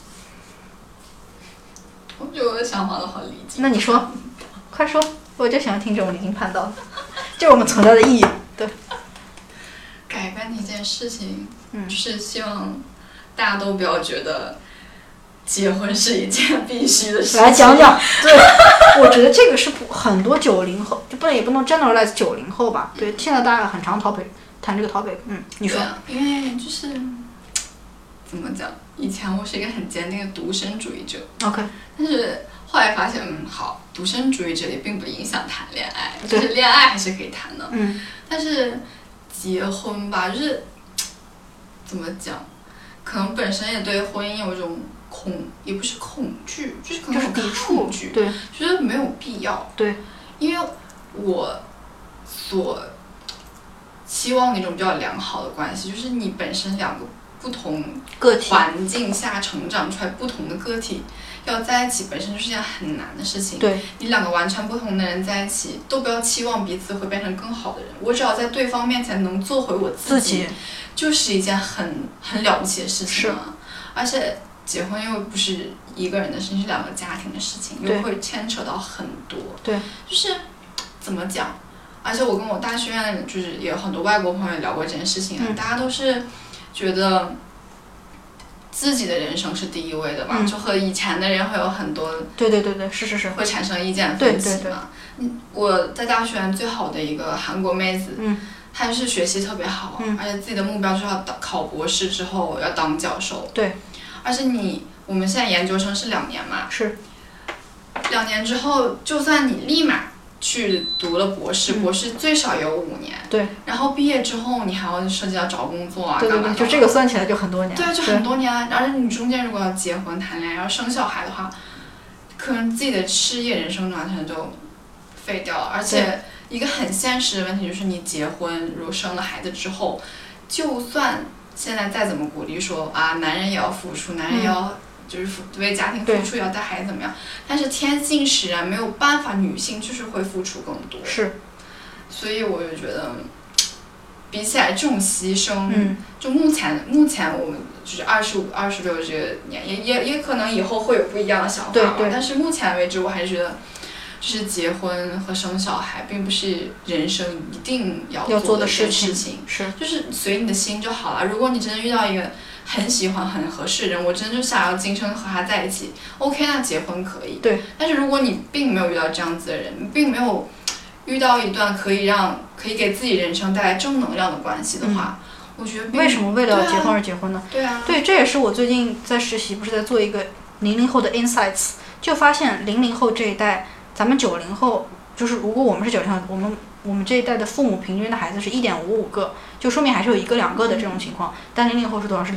我觉得我的想法都好离经。 那你说，快说，我就喜欢听这种离经叛道的，就是我们存在的意义。对。 改变的一件事情，就是希望大家都不要觉得结婚是一件必须的事情。 来讲讲，对，我觉得这个是很多90后，也不能 generalize 90后吧。对，现在大家很常谈这个 topic。你说。 因为就是怎么讲，以前我是一个很坚定的独身主义者。 OK。 但是后来发现，好，独身主义者也并不影响谈恋爱，就是恋爱还是可以谈的。但是结婚吧，就是怎么讲，可能本身也对婚姻有一种也不是恐惧，就是可能有抵触， 对，觉得没有必要。 对， 因为我所期望的一种比较良好的关系，就是你本身2个不同个体环境下成长出来不同的个体要在一起，本身就是件很难的事情。 对， 你2个完全不同的人在一起，都不要期望彼此会变成更好的人。我只要在对方面前能做回我自己，就是一件很了不起的事情啊！而且结婚又不是一个人的事情，是两个家庭的事情，又会牵扯到很多。 对， 就是怎么讲？而且我跟我大学院就是也有很多外国朋友聊过这件事情啊，大家都是觉得自己的人生是第一位的嘛，就和以前的人会有很多对，是会产生意见分歧嘛。我在大学院最好的一个韩国妹子，她是学习特别好，而且自己的目标就是要考博士之后要当教授。 对， 而且我们现在研究生是2年嘛， 是 2年之后，就算你立马去读了博士，博士最少也有5年。 对。然后毕业之后，你还要涉及到找工作啊， 对，就这个算起来就很多年。 对，就很多年。而且你中间如果要结婚、谈恋爱、要生小孩的话，可能自己的事业、人生完全就废掉了。而且一个很现实的问题就是，你结婚如果生了孩子之后，就算现在再怎么鼓励说啊，男人也要付出，男人也要。就是为家庭付出，要带孩子怎么样？但是天性使然，没有办法，女性就是会付出更多。 是， 所以我就觉得，比起来这种牺牲，就目前我们就是25、26这个年，也可能以后会有不一样的想法吧。但是目前为止，我还是觉得，就是结婚和生小孩，并不是人生一定要做的事情。 是， 就是随你的心就好了。如果你真的遇到一个很喜欢很合适的人，我真的就想要今生和他在一起 ，OK， 那结婚可以。 对。 但是如果你并没有遇到这样子的人，并没有遇到一段可以给自己人生带来正能量的关系的话，我觉得为什么为了结婚而结婚呢？ 对啊。 对，这也是我最近在实习，不是在做一个00后的 insights， 就发现00后这一代，咱们90后，就是如果我们是90后，我们这一代的父母平均的孩子是1.55个，就说明还是有1个2个的这种情况。但00后是多少？是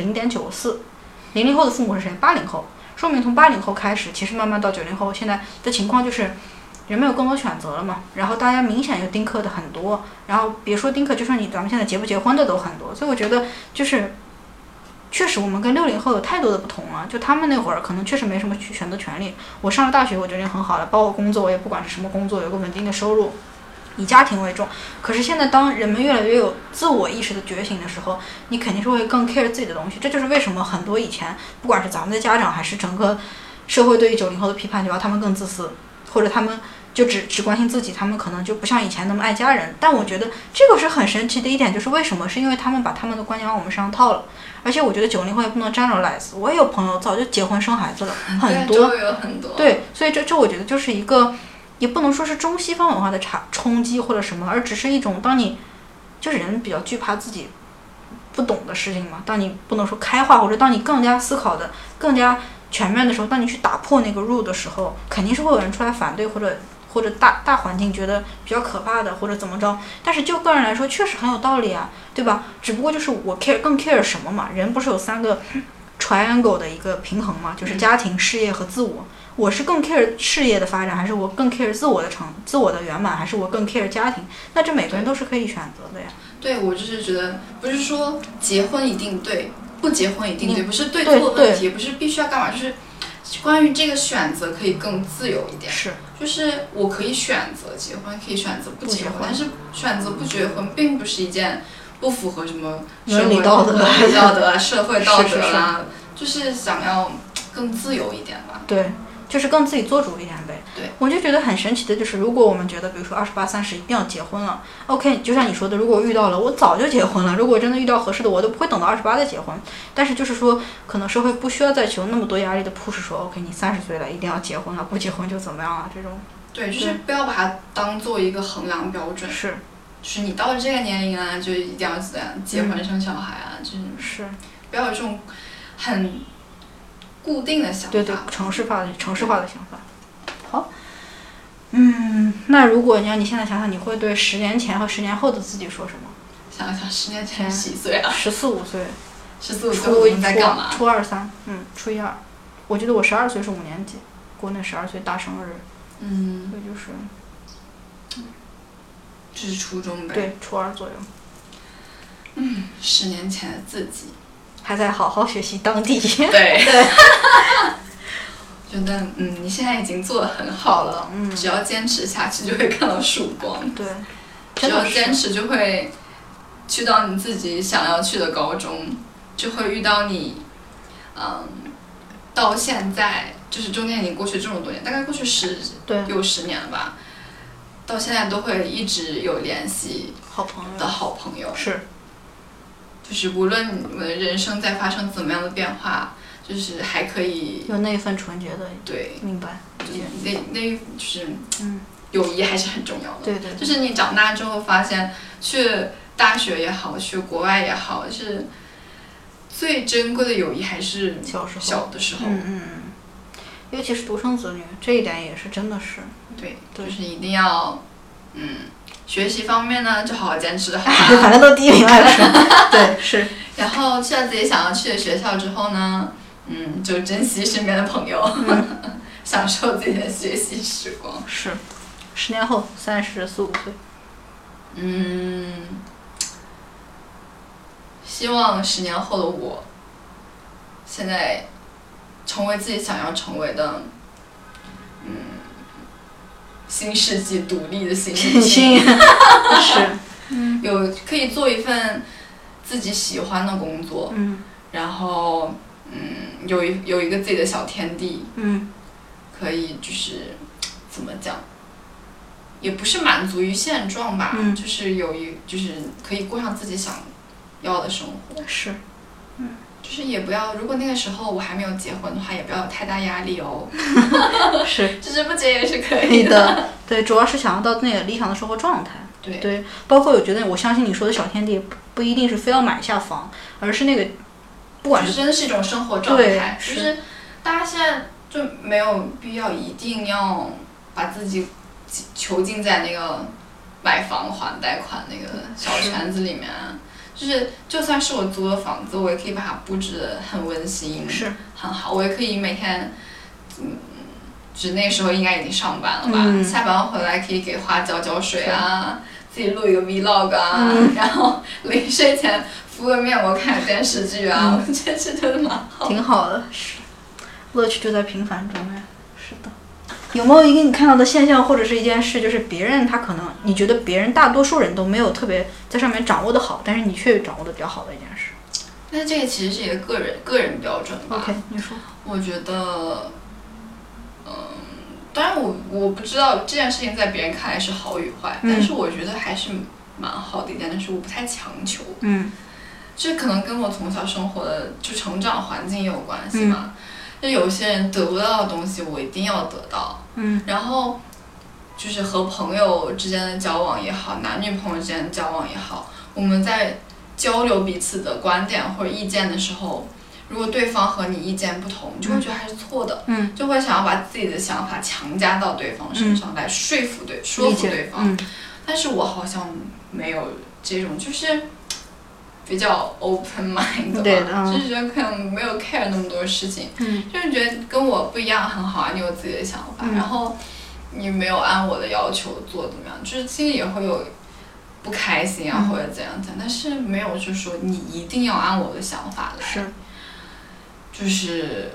0.94。00后的父母是谁？80后。说明从80后开始，其实慢慢到90后，现在的情况就是人们有更多选择了嘛。然后大家明显就丁克的很多，然后别说丁克，就说咱们现在结不结婚的都很多。所以我觉得就是确实我们跟60后有太多的不同了。就他们那会儿可能确实没什么选择权利。我上了大学我觉得很好了，包括工作我也不管是什么工作，有个稳定的收入，以家庭为重。可是现在当人们越来越有自我意识的觉醒的时候，你肯定是会更 care 自己的东西。这就是为什么很多以前不管是咱们的家长还是整个社会对于90后的批判，就要他们更自私，或者他们就只关心自己，他们可能就不像以前那么爱家人。但我觉得这个是很神奇的一点，就是为什么？是因为他们把他们的观念往我们身上套了。而且我觉得90后也不能 generalize， 我也有朋友早就结婚生孩子了，很多。 有很多。 对，所以这我觉得就是一个，也不能说是中西方文化的冲击或者什么，而只是一种当你就是人比较惧怕自己不懂的事情嘛。当你不能说开化，或者当你更加思考的更加全面的时候，当你去打破那个rule的时候，肯定是会有人出来反对，或者大环境觉得比较可怕的，或者怎么着。但是就个人来说确实很有道理啊，对吧？只不过就是我更 care 什么嘛。人不是有3个 triangle 的一个平衡嘛，就是家庭、事业和自我。我是更 care 事业的发展，还是我更 care 自我的圆满，还是我更 care 家庭？那这每个人都是可以选择的呀。 对，我就是觉得不是说结婚一定对，不结婚一定对，不是对错问题，也不是必须要干嘛，就是关于这个选择可以更自由一点。 是， 就是我可以选择结婚，可以选择不结婚，但是选择不结婚并不是一件不符合什么伦理道德啊、社会道德啊，就是想要更自由一点吧。 对。就是更自己做主一点呗。 对， 我就觉得很神奇的就是，如果我们觉得，比如说28、30一定要结婚了 ，OK， 就像你说的，如果我遇到了，我早就结婚了。如果真的遇到合适的，我都不会等到28再结婚。但是就是说，可能社会不需要再求那么多压力的 push 说 ，OK， 你30岁了，一定要结婚了，不结婚就怎么样了这种。 对，就是不要把它当做一个衡量标准。 是。 就是你到了这个年龄啊，就一定要怎样结婚生小孩啊， 就是不要有这种很固定的想法。 对，城市化的想法。好，那如果你现在想想，你会对10年前和10年后的自己说什么？ 想想10年前几岁啊 ？14、15岁。 15岁我们在干嘛？ 初2、3，初1、2。我记得我12岁是5年级，国内12岁大生日。所以就是初中呗。 对，初2左右。 10年前的自己还在好好学习当地。 对。觉得你现在已经做得很好了，只要坚持下去就会看到曙光。 对， 只要坚持就会去到你自己想要去的高中，就会遇到你到现在，就是中间已经过去这么多年，大概过去有10年了吧，到现在都会一直有联系的好朋友。 是， 就是无论你们的人生在发生怎么样的变化，就是还可以有那一份纯洁的。 对， 明白。 那就是友谊还是很重要的。 对对。 就是你长大之后发现，去大学也好，去国外也好，是最珍贵的友谊还是小的时候。 尤其是独生子女，这一点也是真的是。 对，就是一定要学习方面呢，就好好坚持好吧。 反正都第1名了是。对，是。 然后去了自己想要去的学校之后呢，就珍惜身边的朋友，享受自己的学习时光。 是，10年后34、35岁。 希望10年后的我，现在成为自己想要成为的，新世纪独立的新女性。 是。 可以做一份自己喜欢的工作。然后有一个自己的小天地。可以就是怎么讲，也不是满足于现状吧，就是就是可以过上自己想要的生活。 是。 就是也不要，如果那个时候我还没有结婚的话，也不要有太大压力哦。 是。 就是不结也是可以的。 对，主要是想要到那个理想的生活状态。 对， 包括我觉得，我相信你说的小天地不一定是非要买下房，而是那个，不管是真的是一种生活状态。就是大家现在就没有必要一定要把自己囚禁在那个买房还贷款那个小圈子里面。就是就算是我租的房子，我也可以把它布置得很温馨， 是很好。我也可以每天，就是那时候应该已经上班了吧，下班回来可以给花浇水啊，自己录一个 vlog 啊，然后临睡前敷个面膜看电视剧啊，我觉得这真的蛮好。 挺好的，是，乐趣就在平凡中哎。是的。有没有一个你看到的现象或者是一件事，就是别人他可能你觉得别人大多数人都没有特别在上面掌握的好，但是你却掌握的比较好的一件事？ 那这个其实是一个个人标准吧。 OK， 你说。 我觉得，当然我不知道这件事情在别人看来是好与坏，但是我觉得还是蛮好的一点，就是我不太强求。这可能跟我从小生活的就成长环境也有关系嘛。就有些人得不到的东西，我一定要得到。然后就是和朋友之间的交往也好，男女朋友之间的交往也好，我们在交流彼此的观点或者意见的时候，如果对方和你意见不同，你就会觉得还是错的，就会想要把自己的想法强加到对方身上，来说服对方。但是我好像没有这种，就是比较 open mind 吧，就是觉得可能没有 care 那么多事情，就是觉得跟我不一样很好啊，你有自己的想法，然后你没有按我的要求做怎么样，就是心里也会有不开心啊，或者怎样，但是没有就是说你一定要按我的想法来， 是， 就是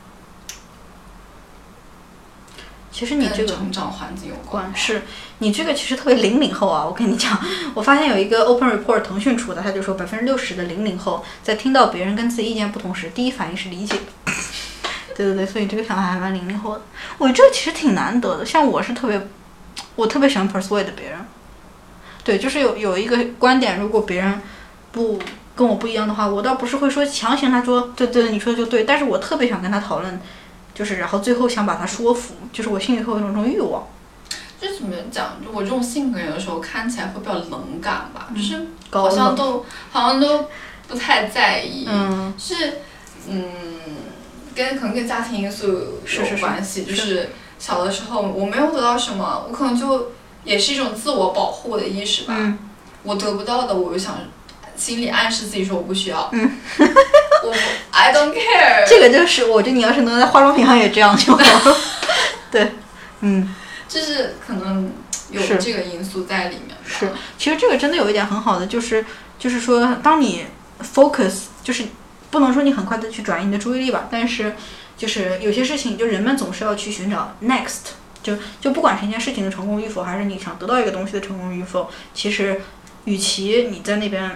其实你这个成长环境有关， 是你这个其实特别00后啊！我跟你讲，我发现有一个 Open Report 腾讯出的，他就说60%的00后在听到别人跟自己意见不同时，第一反应是理解。对，所以这个想法还蛮00后的。我觉得这个其实挺难得的，像我是我特别喜欢 persuade 别人。对，就是有一个观点，如果别人不跟我不一样的话，我倒不是会说强行他说对，你说的就对，但是我特别想跟他讨论。就是然后最后想把他说服，就是我心里会有一种欲望。 就怎么讲，就我这种性格有的时候看起来会比较冷感吧，就是好像都不太在意，是可能跟家庭因素有关系，就是小的时候我没有得到什么，我可能就也是一种自我保护的意识吧，我得不到的我就想心里暗示自己说我不需要，我 I don't care。 这个就是我觉得你要是能在化妆品行业这样就好了。对， 就是可能有这个因素在里面吧。 是，其实这个真的有一点很好的，就是说当你 focus， 就是不能说你很快的去转移你的注意力吧，但是就是有些事情就人们总是要去寻找 next， 就不管是一件事情的成功与否，还是你想得到一个东西的成功与否，其实与其你在那边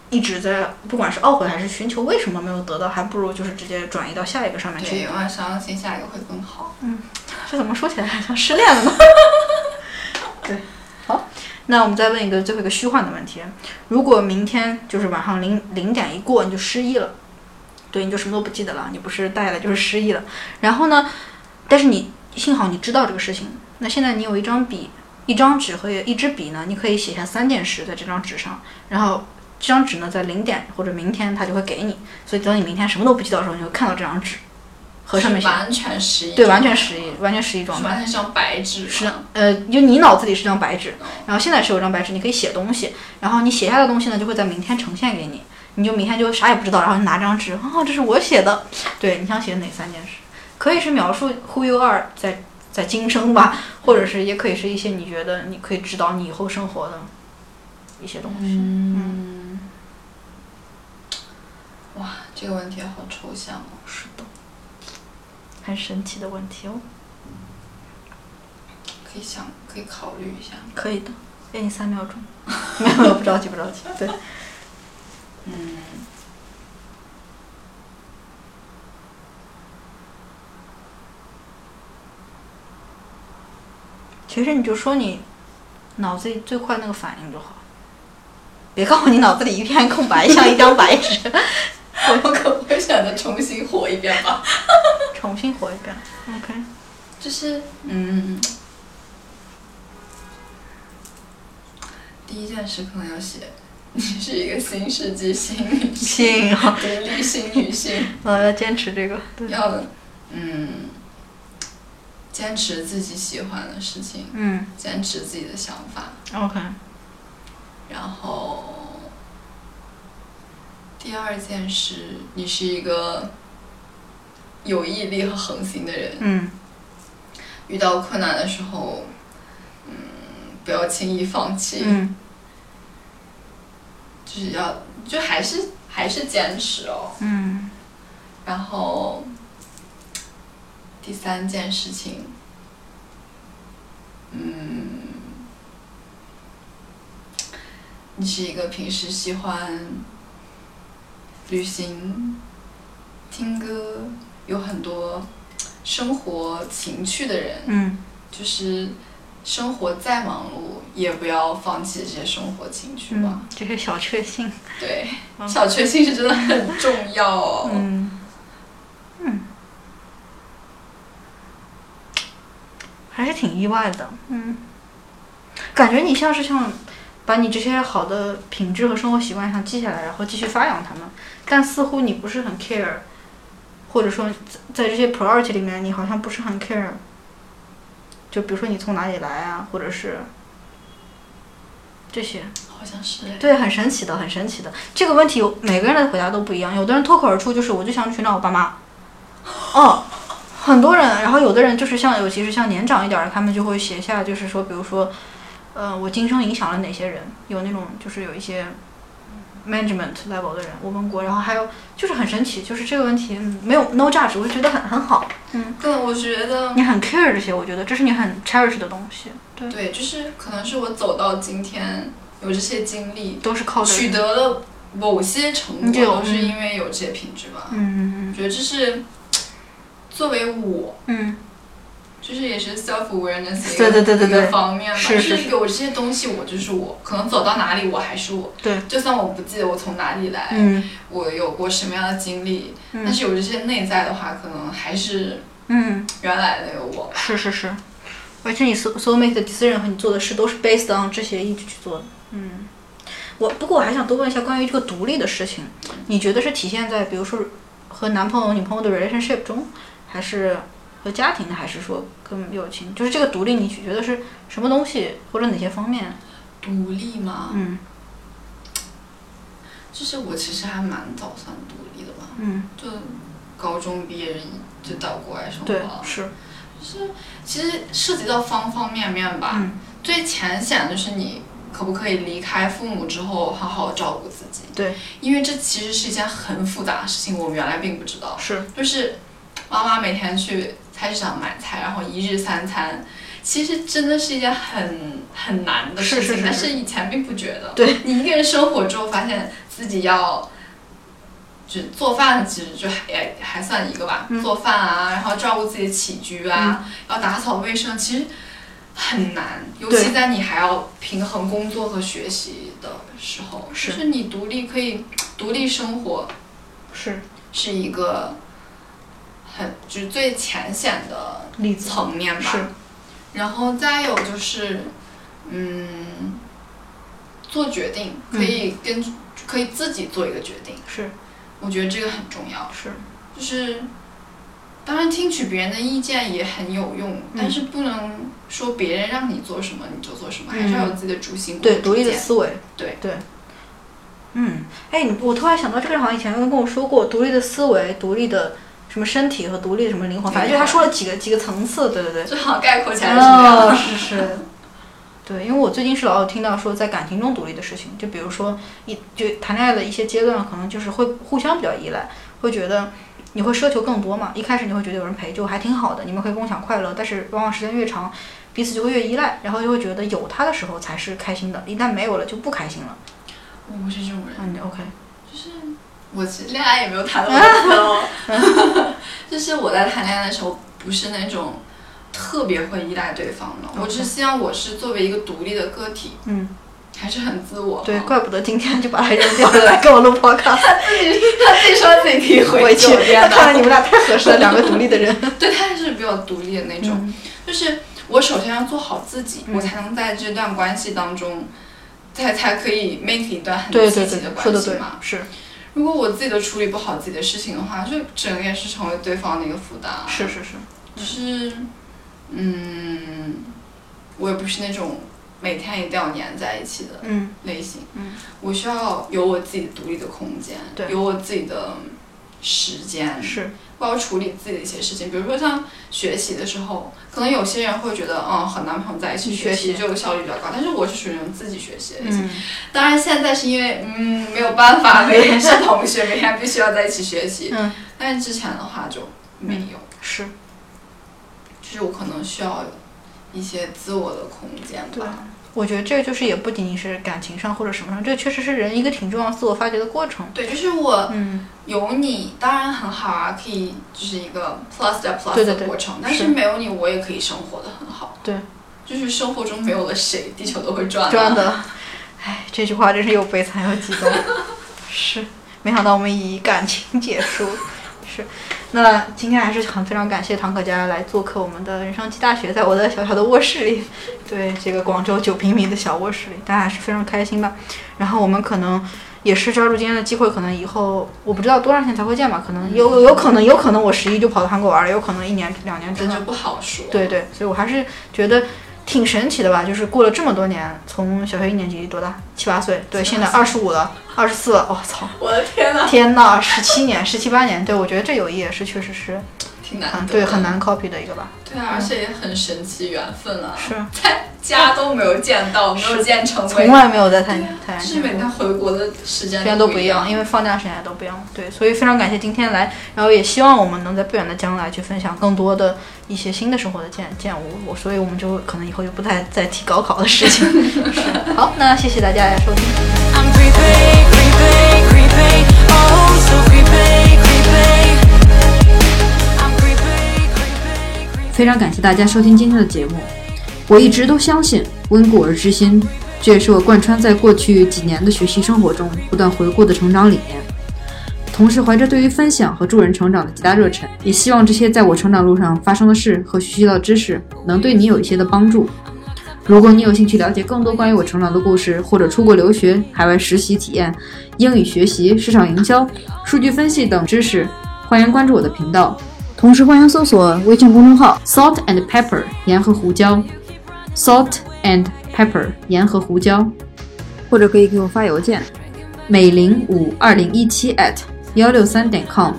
一直在不管是懊悔还是寻求为什么没有得到，还不如就是直接转移到下一个上面去。 对，永远相信下一个会更好。 这怎么说起来还像失恋了呢？对，好，那我们再问一个最后一个虚幻的问题：如果明天就是晚上零点一过，你就失忆了，对，你就什么都不记得了，你不是带了就是失忆了。然后呢，但是你幸好你知道这个事情，那现在你有一张笔、一张纸和一支笔呢，你可以写下3件事在这张纸上，然后这张纸呢在0点或者明天它就会给你，所以等你明天什么都不记得的时候，你会看到这张纸。和上面写完全失忆， 对，完全失忆状态， 完全是张白纸， 是就你脑子里是张白纸，然后现在是有张白纸，你可以写东西，然后你写下的东西呢，就会在明天呈现给你，你就明天就啥也不知道，然后你拿张纸，这是我写的，对，你想写哪3件事？可以是描述 who you are 在今生吧，或者是也可以是一些你觉得你可以指导你以后生活的一些东西。 哇，这个问题好抽象哦。 是的。很神奇的问题哦， 可以考虑一下。 可以的，给你3秒钟。没有，不着急。对。其实你就说你脑子里最快那个反应就好，别告诉我你脑子里一片空白，像一张白纸。 我可不会选择重新活一遍吧。 重新活一遍 ，OK。 就是第一件事可能要写，你是一个新世纪新女性，独立新女性。 要坚持这个。对。 要坚持自己喜欢的事情。坚持自己的想法。 OK。然后。第2件事，你是一个有毅力和恒心的人。遇到困难的时候，不要轻易放弃。就是还是坚持哦。然后第3件事情，你是一个平时喜欢旅行、听歌，有很多生活情趣的人。就是生活再忙碌，也不要放弃这些生活情趣吧。 这些小确幸。 对，小确幸是真的很重要哦。 还是挺意外的。感觉你像把你这些好的品质和生活习惯上记下来，然后继续发扬它们，但似乎你不是很 care， 或者说在这些 priority 里面，你好像不是很 care。就比如说你从哪里来啊，或者是这些。 好像是。 对，很神奇的。这个问题每个人的回答都不一样，有的人脱口而出就是我就想去找我爸妈。很多人，然后有的人就是尤其是像年长一点的，他们就会写下，就是说，比如说，我今生影响了哪些人，有那种就是有一些 management level 的人，我问过，然后还有就是很神奇，就是这个问题没有 no judge， 我就觉得很好。 我觉得你很 care 这些，我觉得这是你很 cherish 的东西。 对，就是可能是我走到今天有这些经历， 都是靠取得了某些成果，都是因为有这些品质吧。我觉得这是作为我，就是也是 self awareness 一个方面吧。就是有这些东西，我就是我，可能走到哪里我还是我。 对。 就算我不记得我从哪里来，我有过什么样的经历，但是有这些内在的话，可能还是原来的那个我吧。 是。而且你所 make 的 decision 和你做的事都是 based on 这些一直去做的。不过我还想多问一下关于这个独立的事情，你觉得是体现在比如说和男朋友、女朋友的 relationship 中，还是和家庭，还是说跟友情？就是这个独立，你觉得是什么东西或者哪些方面？ 独立吗？就是我其实还蛮早算独立的吧。就高中毕业就到国外生活了。 对，是。 就是其实涉及到方方面面吧。最浅显的就是你可不可以离开父母之后好好照顾自己？ 对， 因为这其实是一件很复杂的事情，我们原来并不知道。 是， 就是妈妈每天去菜市场买菜，然后1日3餐， 其实真的是一件很难的事情，但是以前并不觉得。 对， 你一个人生活之后，发现自己要就做饭，其实就还算一个吧，做饭啊，然后照顾自己的起居啊，要打扫卫生，其实很难，尤其在你还要平衡工作和学习的时候，就是你可以独立生活，是一个就是最浅显的层面吧。然后再有就是，做决定可以自己做一个决定，我觉得这个很重要。就是当然听取别人的意见也很有用，但是不能说别人让你做什么你就做什么，还是要有自己的主心骨。 对，独立的思维。 对。 我突然想到这个人好像以前跟我说过，独立的思维、独立的什么身体和独立的什么灵魂，反正就他说了几个层次。对。 这好像概括起来是这样。 是。对，因为我最近是老有听到说在感情中独立的事情，就比如说就谈恋爱的一些阶段，可能就是会互相比较依赖，会觉得你会奢求更多嘛。一开始你会觉得有人陪就还挺好的，你们可以共享快乐，但是往往时间越长，彼此就会越依赖，然后就会觉得有他的时候才是开心的，一旦没有了就不开心了。 我不是这种人。 OK。 就是我其实恋爱也没有谈那么多，就是我在谈恋爱的时候不是那种特别会依赖对方的，我只是希望我是作为一个独立的个体，还是很自我。 对，怪不得今天就把他扔掉了来跟我录 podcast。 他自己说自己可以回酒店的。 看来你们俩太合适了，两个独立的人。 对，他是比较独立的那种，就是我首先要做好自己，我才能在这段关系当中，才可以 make 一段很积极的关系嘛。 是。 如果我自己都处理不好自己的事情的话，就整个也是成为对方的一个负担。 是。 就是，我也不是那种每天一定要黏在一起的类型。我需要有我自己独立的空间，有我自己的时间。我要处理自己的一些事情，比如说像学习的时候，可能有些人会觉得和男朋友在一起学习就效率比较高，但是我是属于那种自己学习的类型。当然现在是因为没有办法，每天是同学，每天必须要在一起学习。但是之前的话就没有。就是我可能需要一些自我的空间吧。 我觉得这个就是也不仅仅是感情上或者什么上，这个确实是人一个挺重要自我发掘的过程。 对，就是我有你当然很好啊，可以就是一个 plus 加 plus 的过程，但是没有你我也可以生活的很好。 对， 就是生活中没有了谁，地球都会转的。这句话真是又悲惨又激动。是，没想到我们以感情结束。那今天还是非常感谢唐可佳来做客我们的人生七大学，在我的小小的卧室里，对，这个广州9平米的小卧室里，大家还是非常开心吧。然后我们可能也是抓住今天的机会，可能以后我不知道多长时间才会见吧，可能有可能我11就跑到韩国玩了，有可能1年2年之后， 这就不好说。 对，所以我还是觉得挺神奇的吧，就是过了这么多年，从小学1年级多大，7、8岁，对，现在25了，24了，我操！ 我的天哪，17年，17、8年，对，我觉得这友谊也是确实是挺难的， 对，很难 copy 的一个吧。 对啊，而且也很神奇缘分啊，在家都没有见到，没有见成， 从来没有在太原见， 是每天回国的时间都不一样，因为放假时间都不一样。对，所以非常感谢今天来，然后也希望我们能在不远的将来去分享更多的一些新的生活的见闻。所以我们就可能以后就不再提高考的事情。好，那谢谢大家收听。非常感谢大家收听今天的节目。我一直都相信温故而知新，这也是我贯穿在过去几年的学习生活中不断回顾的成长理念。同时怀着对于分享和助人成长的极大热忱，也希望这些在我成长路上发生的事和学习到的知识能对你有一些的帮助。如果你有兴趣了解更多关于我成长的故事，或者出国留学、海外实习体验、英语学习、市场营销、数据分析等知识，欢迎关注我的频道。同时欢迎搜索微信公众号 Salt and Pepper 盐和胡椒 Salt and Pepper 盐和胡椒，或者可以给我发邮件美玲52017@163.com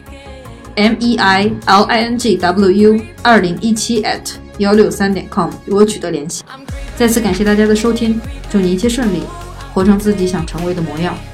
meilingw2017@163.com 与我取得联系。再次感谢大家的收听，祝你一切顺利，活成自己想成为的模样。